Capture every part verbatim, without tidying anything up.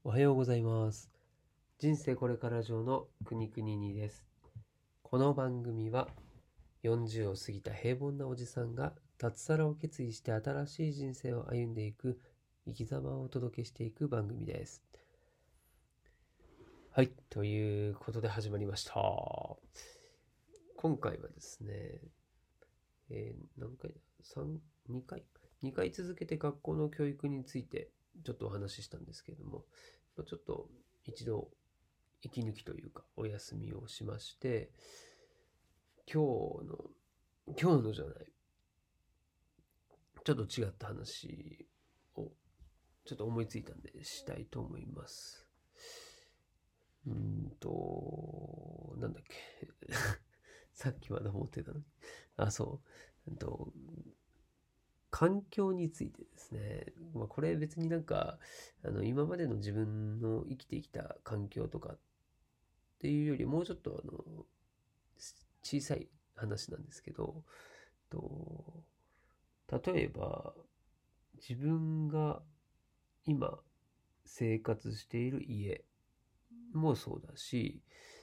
おはようございます。人生これから上のくにくににです。この番組はよんじゅうを過ぎた平凡なおじさんが脱サラを決意して新しい人生を歩んでいく生き様をお届けしていく番組です。はい、ということで始まりました。今回はですね、えー何回だ ?さん、にかい ?に 回続けて学校の教育についてちょっとお話ししたんですけれども、ちょっと一度息抜きというかお休みをしまして、今日の、今日のじゃない、ちょっと違った話をちょっと思いついたんでしたいと思います。うーんと、なんだっけ。さっきまで思ってたのに。あ、そう。うんと、環境についてですね。まあ、これ別になんか、あの、今までの自分の生きてきた環境とかっていうよりもうちょっとあの、小さい話なんですけど、と例えば自分が今生活している家もそうだし、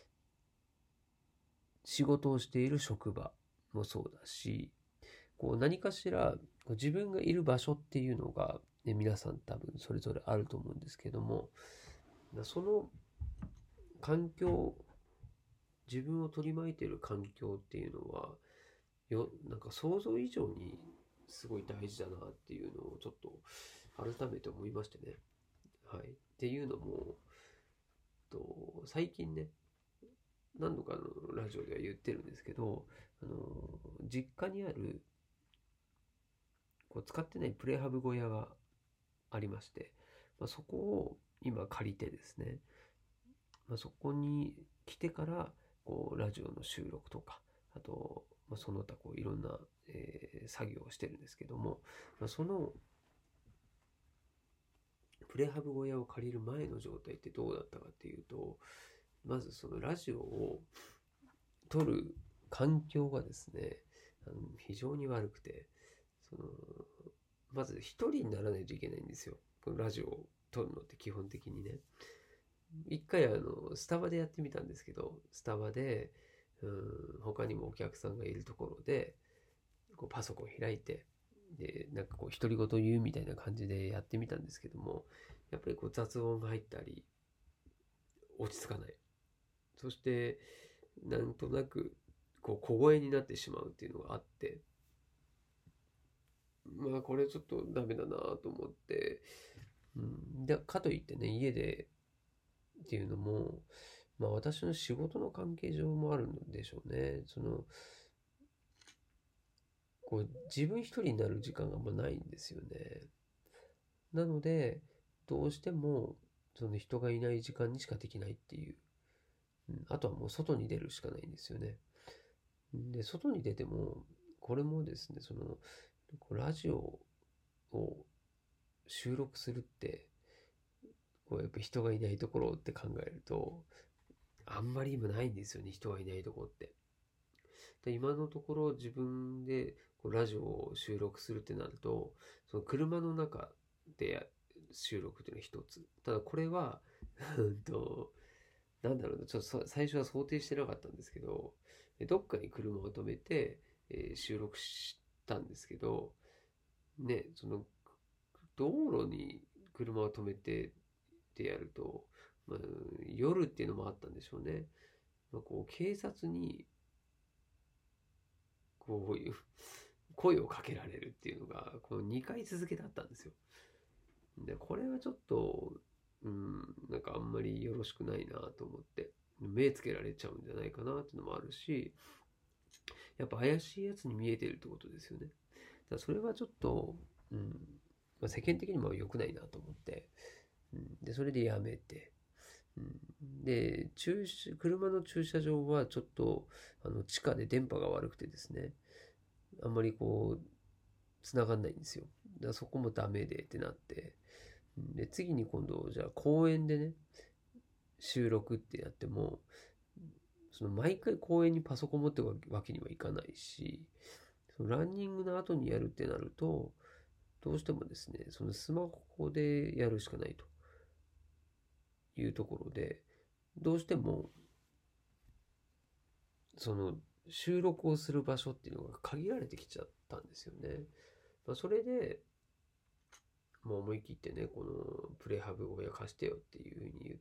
仕事をしている職場もそうだし、こう何かしらこう自分がいる場所っていうのが、ね、皆さん多分それぞれあると思うんですけども、その環境、自分を取り巻いている環境っていうのは、よ、なんか想像以上にすごい大事だなっていうのをちょっと改めて思いましてね。はい。っていうのも、と最近ね、何度かのラジオでは言ってるんですけど、あの、実家にあるこう使ってないプレハブ小屋がありまして、まあ、そこを今借りてですね、まあ、そこに来てからこうラジオの収録とか、あと、まあ、その他こういろんな、えー作業をしてるんですけども、まあ、そのプレハブ小屋を借りる前の状態ってどうだったかっていうと、まずそのラジオを撮る環境がですね、あの非常に悪くて、そのまず一人にならないといけないんですよ。このラジオを撮るのって基本的にね。一回あの、スタバでやってみたんですけど、スタバで、うん、他にもお客さんがいるところで、こうパソコン開いて、で、なんかこう独り言言うみたいな感じでやってみたんですけども、やっぱりこう雑音が入ったり、落ち着かない。そして、なんとなく、こう小声になってしまうっていうのがあって、まあこれちょっとダメだなと思って、うん、で、かといってね、家でっていうのも、まあ私の仕事の関係上もあるんでしょうね。その、こう自分一人になる時間があんまないんですよね。なので、どうしても、その人がいない時間にしかできないっていう。うん、あとはもう外に出るしかないんですよね。で、外に出ても、これもですね、その、こうラジオを収録するって、こうやっぱ人がいないところって考えると、あんまり今ないんですよね、人がいないところって。で、今のところ自分でこうラジオを収録するってなると、その車の中で収録っていうのが一つ。ただこれは、うんと、なんだろうな、ちょっと最初は想定してなかったんですけど、どっかに車を止めて、えー収録したんですけど、ね、その道路に車を止めてってやると、まあ、夜っていうのもあったんでしょうね。まあ、こう警察にこういう声をかけられるっていうのがこのにかい続けてあったんですよ。で、これはちょっと、うん、なんかあんまりよろしくないなと思って、目つけられちゃうんじゃないかなっていうのもあるし、やっぱ怪しいやつに見えてるってことですよね。だからそれはちょっと、うん、まあ、世間的にも良くないなと思って、うん、で、それでやめて、うん、で、駐車、車の駐車場はちょっと、あの、地下で電波が悪くてですね、あんまりこう、繋がんないんですよ。だからそこもダメでってなって、で、次に今度、じゃあ公園でね、収録ってやっても、その毎回公園にパソコン持ってるわけにはいかないし、そのランニングの後にやるってなると、どうしてもですね、そのスマホでやるしかないと。 いうところで、どうしてもその収録をする場所っていうのが限られてきちゃったんですよね。まあ、それで、もう思い切ってね、このプレハブ小屋貸してよっていうふうに言って、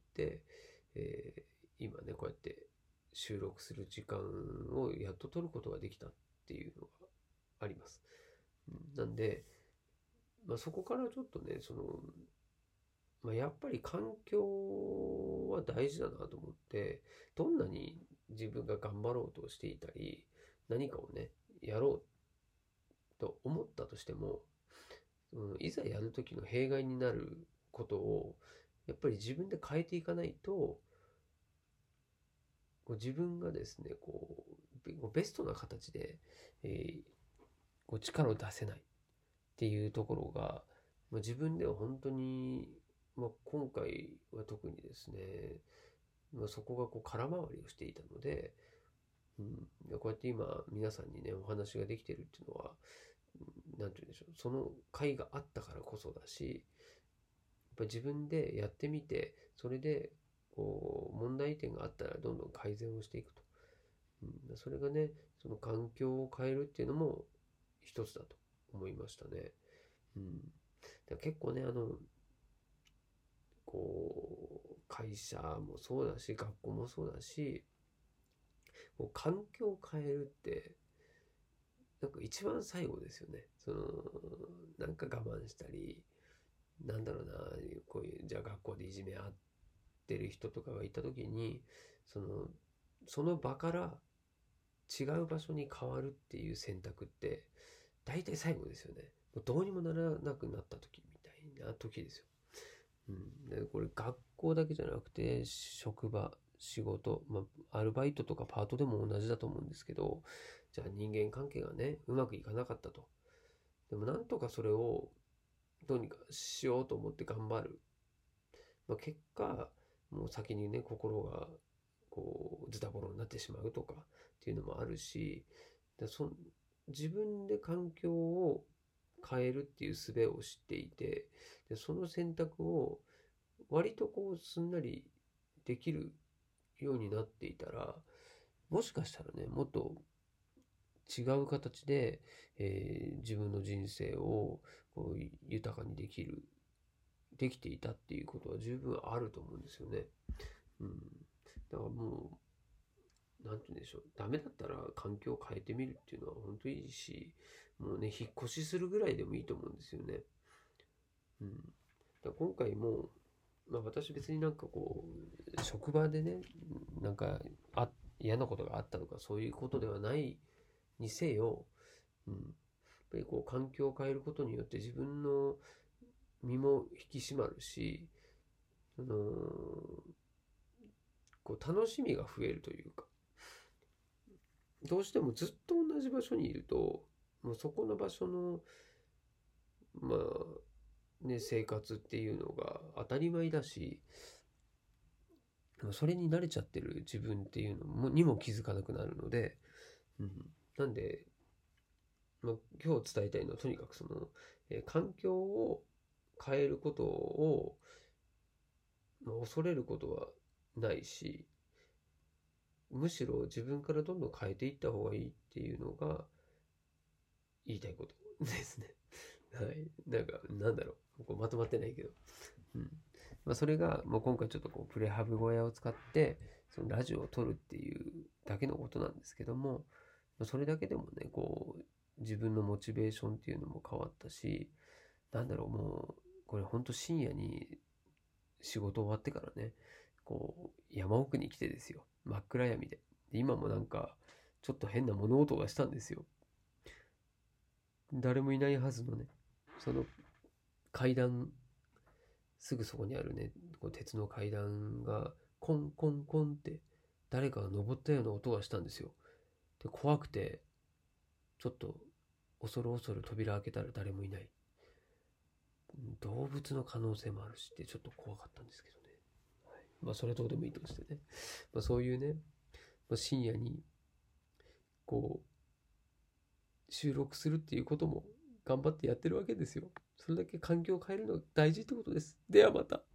えー今ね、こうやって収録する時間をやっと取ることができたっていうのがあります。なんで、まあ、そこからちょっとね、その、まあ、やっぱり環境は大事だなと思って、どんなに自分が頑張ろうとしていたり、何かをね、やろうと思ったとしても、うん、いざやるときの弊害になることを、やっぱり自分で変えていかないと、こう自分がですね、こう、ベストな形で、えーこう力を出せないっていうところが、まあ、自分では本当に、まあ、今回は特にですね、まあ、そこがこう空回りをしていたので、うん、こうやって今皆さんにねお話ができてるっていうのは、なんて言うんでしょう、その会があったからこそだし、やっぱり自分でやってみて、それでこう問題点があったらどんどん改善をしていくと、うん、それがね、その環境を変えるっていうのも一つだと思いましたね。うん、だ結構ね、あのこう会社もそうだし、学校もそうだし、こう環境を変えるってなんか一番最後ですよね。そのなんか我慢したり、なんだろうな、こういうじゃあ学校でいじめ合ってる人とかがいた時に、そのその場から違う場所に変わるっていう選択って大体最後ですよね。もうどうにもならなくなった時みたいな時ですよ。うん、でこれ学校だけじゃなくて職場、仕事、まあ、アルバイトとかパートでも同じだと思うんですけど、じゃあ人間関係がねうまくいかなかったと。でもなんとかそれをどうにかしようと思って頑張る、まあ、結果もう先にね心がこうズタボロになってしまうとかっていうのもあるし、でそ自分で環境を変えるっていう術を知っていて、でその選択を割とこうすんなりできるようになっていたら、もしかしたらねもっと違う形で、えー自分の人生をこう豊かにできるできていたっていうことは十分あると思うんですよね。うん、だからもうなんて言うんでしょう、ダメだったら環境を変えてみるっていうのは本当にいいし、もうね引っ越しするぐらいでもいいと思うんですよね。うん、だから今回も、まあ、私別になんかこう職場でねなんかあ嫌なことがあったとかそういうことではないにせよ、うん、やっぱりこう環境を変えることによって自分の身も引き締まるし、そのこう楽しみが増えるというか、どうしてもずっと同じ場所にいると、もうそこの場所のまあね生活っていうのが当たり前だし、それに慣れちゃってる自分っていうのもにも気づかなくなるので、うん、なんで、まあ、今日伝えたいのはとにかくその、えー環境を変えることを、まあ、恐れることはないし、むしろ自分からどんどん変えていった方がいいっていうのが言いたいことですね。はい。なんか、なんだろう。こうまとまってないけど。うん。まあ、それが、もう今回ちょっとこう、プレハブ小屋を使って、そのラジオを撮るっていうだけのことなんですけども、それだけでもね、こう、自分のモチベーションっていうのも変わったし、なんだろう、もう、これほんと深夜に仕事終わってからね、こう、山奥に来てですよ。真っ暗闇で。で今もなんか、ちょっと変な物音がしたんですよ。誰もいないはずのね、その階段、すぐそこにあるね、こう鉄の階段が、コンコンコンって、誰かが登ったような音がしたんですよ。で、怖くて、ちょっと、恐る恐る扉開けたら誰もいない。動物の可能性もあるしって、ちょっと怖かったんですけどね。はい、まあ、それどうでもいいとしてね。まあ、そういうね、まあ、深夜に、こう、収録するっていうことも頑張ってやってるわけですよ。それだけ環境を変えるのが大事ってことです。ではまた。